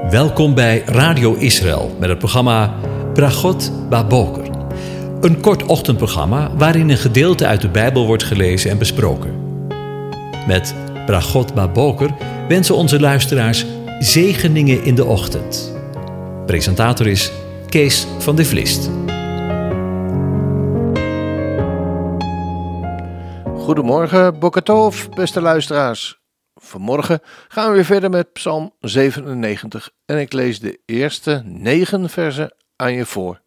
Welkom bij Radio Israël met het programma Bragot Baboker. Een kort ochtendprogramma waarin een gedeelte uit de Bijbel wordt gelezen en besproken. Met Bragot Baboker wensen onze luisteraars zegeningen in de ochtend. Presentator is Kees van de Vlist. Goedemorgen, Boker Tov, beste luisteraars. Vanmorgen gaan we weer verder met Psalm 97 en ik lees de eerste 9 versen aan je voor.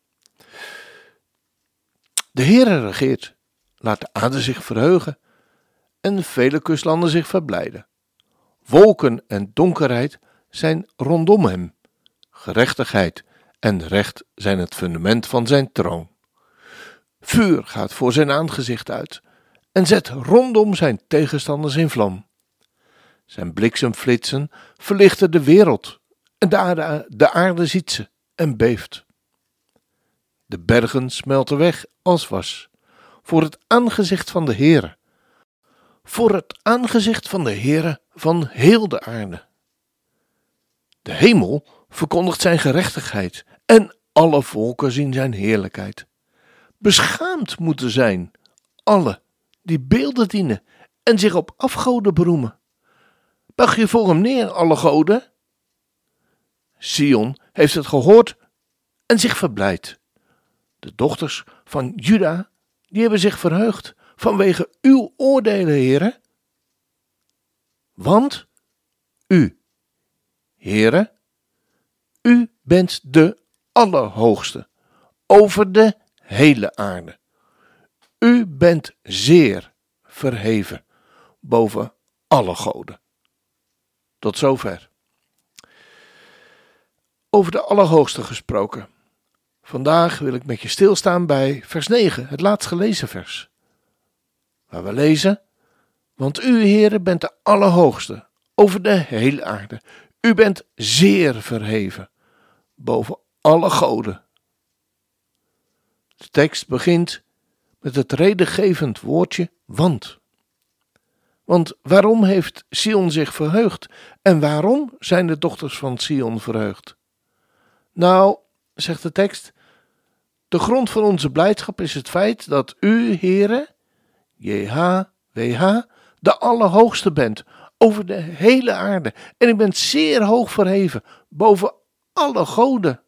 De Heere regeert, laat de aarde zich verheugen en vele kustlanden zich verblijden. Wolken en donkerheid zijn rondom hem. Gerechtigheid en recht zijn het fundament van zijn troon. Vuur gaat voor zijn aangezicht uit en zet rondom zijn tegenstanders in vlam. Zijn bliksemflitsen verlichten de wereld en de aarde ziet ze en beeft. De bergen smelten weg als was, voor het aangezicht van de Heere. Voor het aangezicht van de Heere van heel de aarde. De hemel verkondigt zijn gerechtigheid en alle volken zien zijn heerlijkheid. Beschaamd moeten zijn alle die beelden dienen en zich op afgoden beroemen. Buig je voor hem neer, alle goden? Sion heeft het gehoord en zich verblijd. De dochters van Juda, die hebben zich verheugd vanwege uw oordelen, Heere. Want u, Heere, u bent de Allerhoogste over de hele aarde. U bent zeer verheven boven alle goden. Tot zover. Over de Allerhoogste gesproken. Vandaag wil ik met je stilstaan bij vers 9, het laatst gelezen vers. Waar we lezen: want u, Heere, bent de Allerhoogste over de hele aarde. U bent zeer verheven boven alle goden. De tekst begint met het redengevend woordje want. Want waarom heeft Sion zich verheugd? En waarom zijn de dochters van Sion verheugd? Nou, zegt de tekst, de grond van onze blijdschap is het feit dat u, Heere, JHWH, de Allerhoogste bent over de hele aarde. En u bent zeer hoog verheven boven alle goden.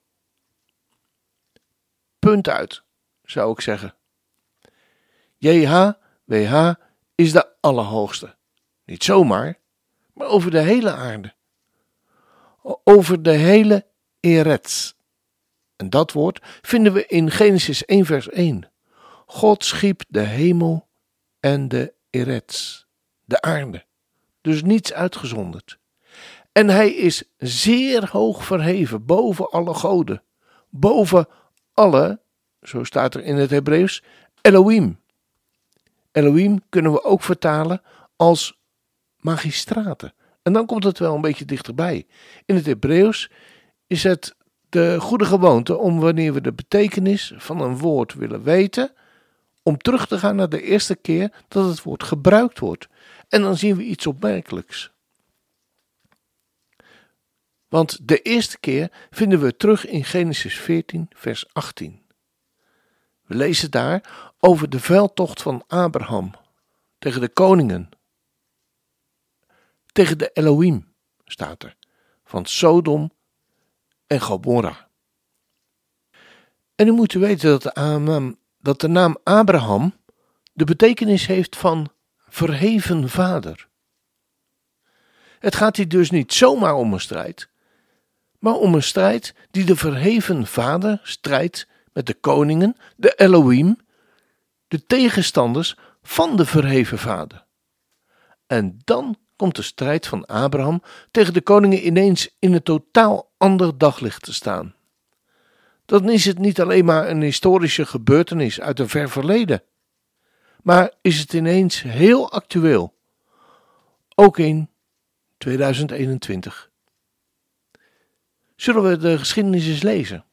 Punt uit, zou ik zeggen. JHWH is de Allerhoogste. Niet zomaar, maar over de hele aarde. Over de hele Eretz. En dat woord vinden we in Genesis 1 vers 1. God schiep de hemel en de Eretz, de aarde. Dus niets uitgezonderd. En hij is zeer hoog verheven boven alle goden. Boven alle, zo staat er in het Hebreeuws, Elohim. Elohim kunnen we ook vertalen als magistraten. En dan komt het wel een beetje dichterbij. In het Hebreeuws is het de goede gewoonte om, wanneer we de betekenis van een woord willen weten, om terug te gaan naar de eerste keer dat het woord gebruikt wordt. En dan zien we iets opmerkelijks. Want de eerste keer vinden we terug in Genesis 14 vers 18. We lezen daar over de veldtocht van Abraham tegen de koningen. Tegen de Elohim, staat er, van Sodom en Gomorra. En u moet weten dat de naam Abraham de betekenis heeft van verheven vader. Het gaat hier dus niet zomaar om een strijd, maar om een strijd die de verheven vader strijdt met de koningen, de Elohim, de tegenstanders van de verheven vader. En dan komt de strijd van Abraham tegen de koningen ineens in een totaal ander daglicht te staan. Dan is het niet alleen maar een historische gebeurtenis uit een ver verleden, maar is het ineens heel actueel. Ook in 2021. Zullen we de geschiedenis eens lezen?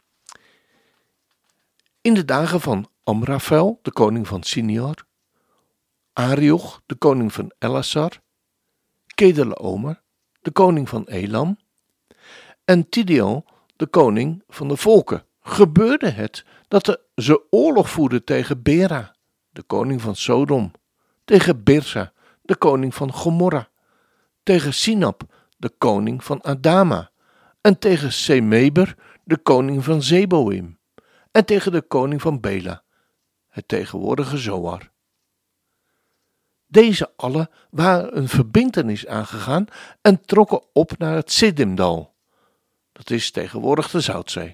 In de dagen van Amrafel, de koning van Sinior, Arioch, de koning van Ellasar, Kedorlaomer, de koning van Elam, en Tidal, de koning van de volken, gebeurde het dat ze oorlog voerden tegen Bera, de koning van Sodom, tegen Birsa, de koning van Gomorra, tegen Sinab, de koning van Adama, en tegen Semeber, de koning van Zeboim, en tegen de koning van Bela, het tegenwoordige Zoar. Deze allen waren een verbintenis aangegaan en trokken op naar het Siddimdal. Dat is tegenwoordig de Zoutzee.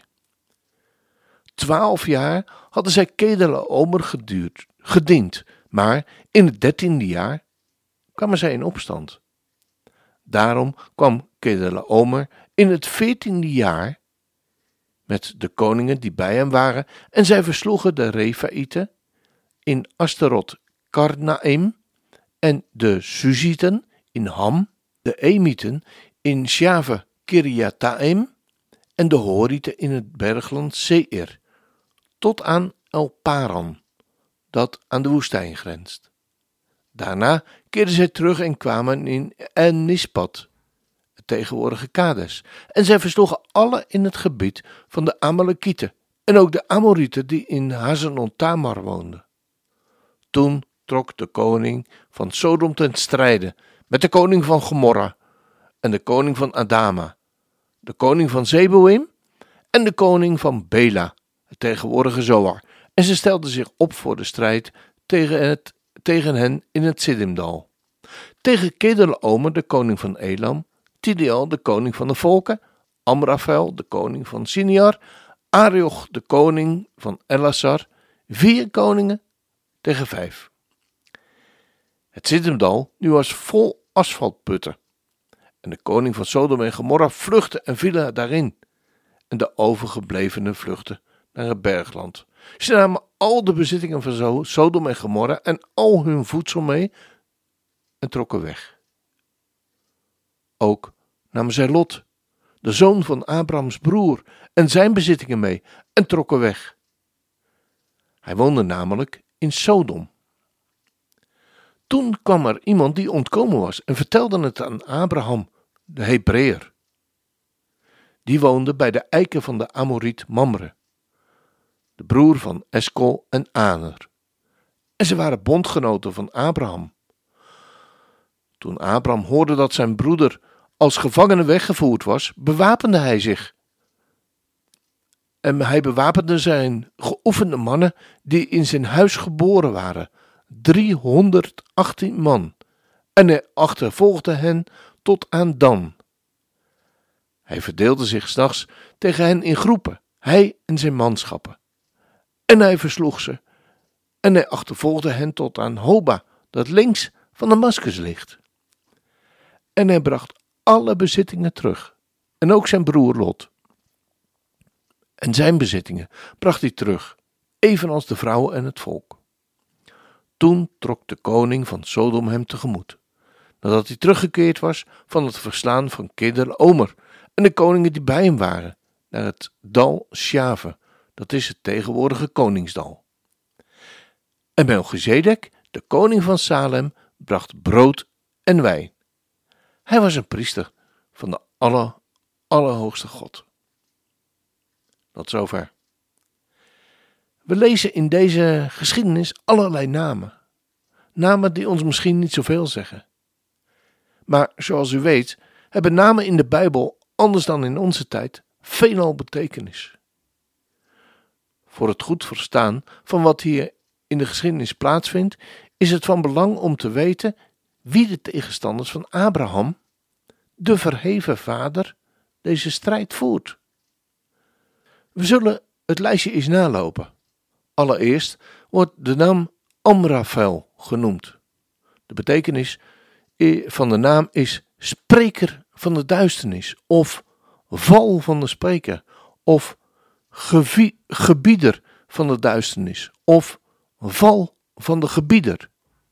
12 jaar hadden zij Kedorlaomer gediend, maar in het 13e jaar kwamen zij in opstand. Daarom kwam Kedorlaomer in het 14e jaar met de koningen die bij hem waren en zij versloegen de Refaïten in Asterot Karnaim en de Suzieten in Ham, de Emieten in Sjave Kiriataim en de Horieten in het bergland Seir, tot aan El Paran, dat aan de woestijn grenst. Daarna keerden zij terug en kwamen in En-Nispat, het tegenwoordige Kades, en zij versloegen alle in het gebied van de Amalekieten en ook de Amorieten die in Hazenon-Tamar woonden. Toen trok de koning van Sodom ten strijde met de koning van Gomorra en de koning van Adama, de koning van Zeboim en de koning van Bela, het tegenwoordige Zoar, en ze stelden zich op voor de strijd tegen hen in het Siddimdal. Tegen Kedorlaomer, de koning van Elam, Tidal, de koning van de volken, Amrafel, de koning van Siniar, Arioch, de koning van Ellasar, 4 koningen tegen 5. Het Siddimdal nu was vol asfaltputten. En de koning van Sodom en Gomorra vluchtte en vielen daarin. En de overgeblevenen vluchtten naar het bergland. Ze namen al de bezittingen van Sodom en Gomorra en al hun voedsel mee en trokken weg. Ook namen zij Lot, de zoon van Abrahams broer, en zijn bezittingen mee en trokken weg. Hij woonde namelijk in Sodom. Toen kwam er iemand die ontkomen was en vertelde het aan Abraham, de Hebreeër. Die woonde bij de eiken van de Amoriet Mamre, de broer van Eskol en Aner. En ze waren bondgenoten van Abraham. Toen Abraham hoorde dat zijn broeder als gevangene weggevoerd was, bewapende hij zich. En hij bewapende zijn geoefende mannen die in zijn huis geboren waren, 318 man, en hij achtervolgde hen tot aan Dan. Hij verdeelde zich 's nachts tegen hen in groepen, hij en zijn manschappen. En hij versloeg ze, en hij achtervolgde hen tot aan Hoba, dat links van Damascus ligt. En hij bracht alle bezittingen terug, en ook zijn broer Lot. En zijn bezittingen bracht hij terug, evenals de vrouwen en het volk. Toen trok de koning van Sodom hem tegemoet, nadat hij teruggekeerd was van het verslaan van Kedorlaomer en de koningen die bij hem waren, naar het dal Sjave, dat is het tegenwoordige koningsdal. En Melchizedek, de koning van Salem, bracht brood en wijn. Hij was een priester van de Allerhoogste God. Tot zover. We lezen in deze geschiedenis allerlei namen. Namen die ons misschien niet zoveel zeggen. Maar zoals u weet, hebben namen in de Bijbel, anders dan in onze tijd, veelal betekenis. Voor het goed verstaan van wat hier in de geschiedenis plaatsvindt, is het van belang om te weten wie de tegenstanders van Abraham, de verheven vader, deze strijd voert. We zullen het lijstje eens nalopen. Allereerst wordt de naam Amrafel genoemd. De betekenis van de naam is spreker van de duisternis, of val van de spreker, of gebieder van de duisternis, of val van de gebieder.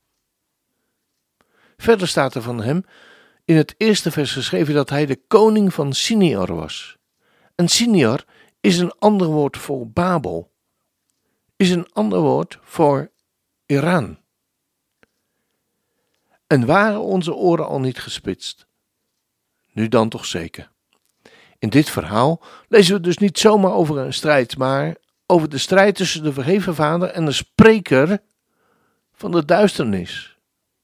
Verder staat er van hem in het eerste vers geschreven dat hij de koning van Siniar was. En Siniar is een ander woord voor Babel, is een ander woord voor Iran. En waren onze oren al niet gespitst? Nu dan toch zeker. In dit verhaal lezen we dus niet zomaar over een strijd, maar over de strijd tussen de verheven Vader en de spreker van de duisternis.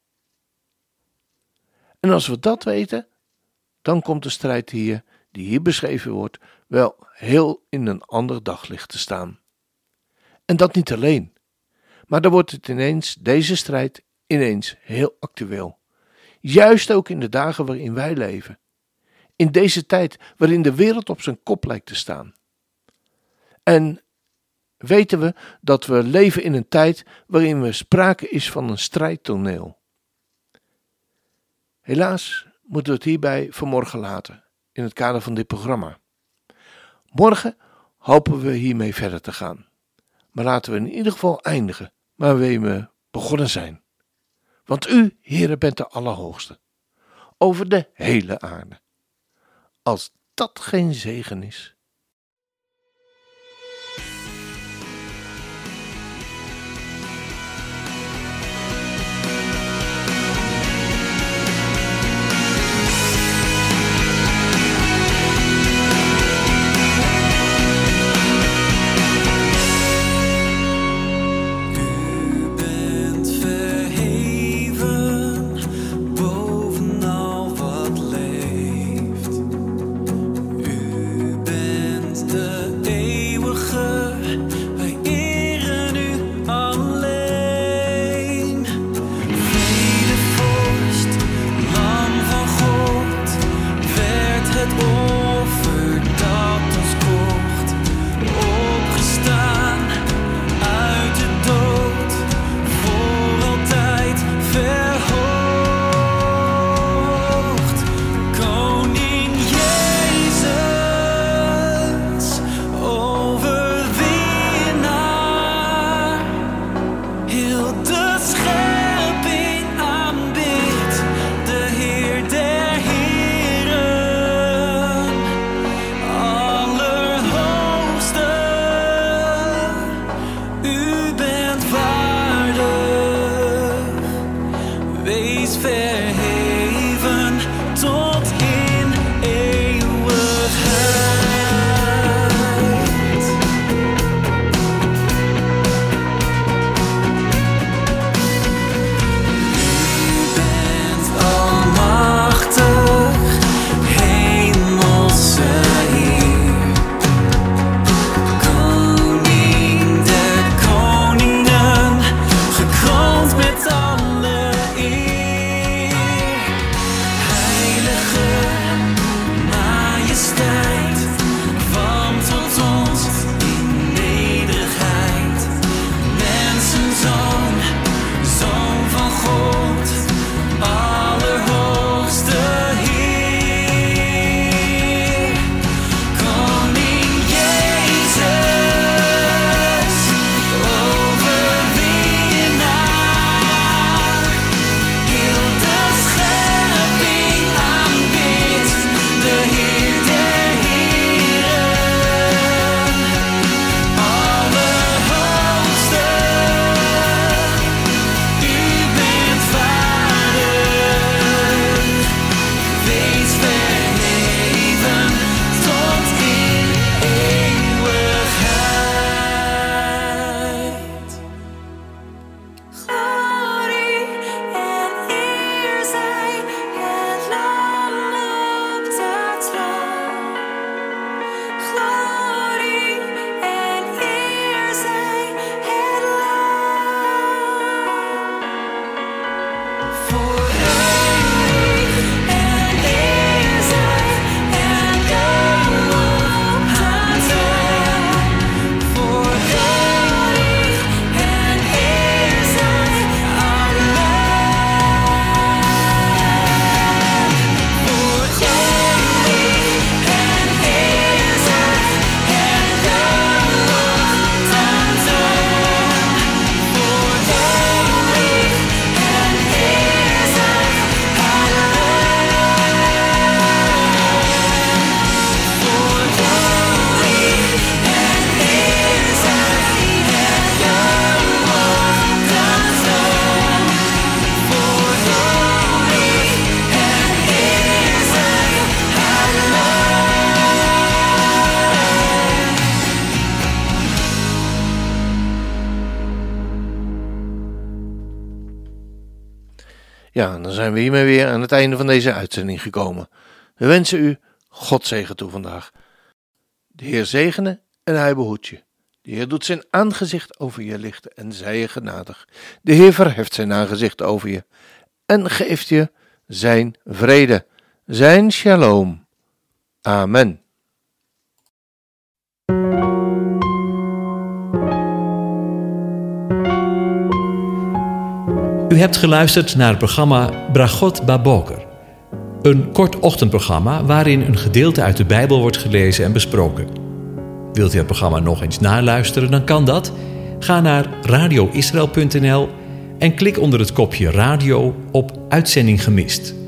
En als we dat weten, dan komt de strijd die hier beschreven wordt, wel heel in een ander daglicht te staan. En dat niet alleen, maar dan wordt deze strijd ineens heel actueel. Juist ook in de dagen waarin wij leven. In deze tijd waarin de wereld op zijn kop lijkt te staan. En weten we dat we leven in een tijd waarin er sprake is van een strijdtoneel. Helaas moeten we het hierbij vanmorgen laten, in het kader van dit programma. Morgen hopen we hiermee verder te gaan. Maar laten we in ieder geval eindigen waarmee we begonnen zijn. Want u, Heere, bent de Allerhoogste, over de hele aarde. Als dat geen zegen is. Bovenal wat leeft, u bent Ja, dan zijn we hiermee weer aan het einde van deze uitzending gekomen. We wensen u Godzegen toe vandaag. De Heer zegene en hij behoedt je. De Heer doet zijn aangezicht over je lichten en zij je genadig. De Heer verheft zijn aangezicht over je en geeft je zijn vrede, zijn shalom. Amen. U hebt geluisterd naar het programma Bragot Baboker. Een kort ochtendprogramma waarin een gedeelte uit de Bijbel wordt gelezen en besproken. Wilt u het programma nog eens naluisteren, dan kan dat. Ga naar radioisrael.nl en klik onder het kopje radio op Uitzending gemist.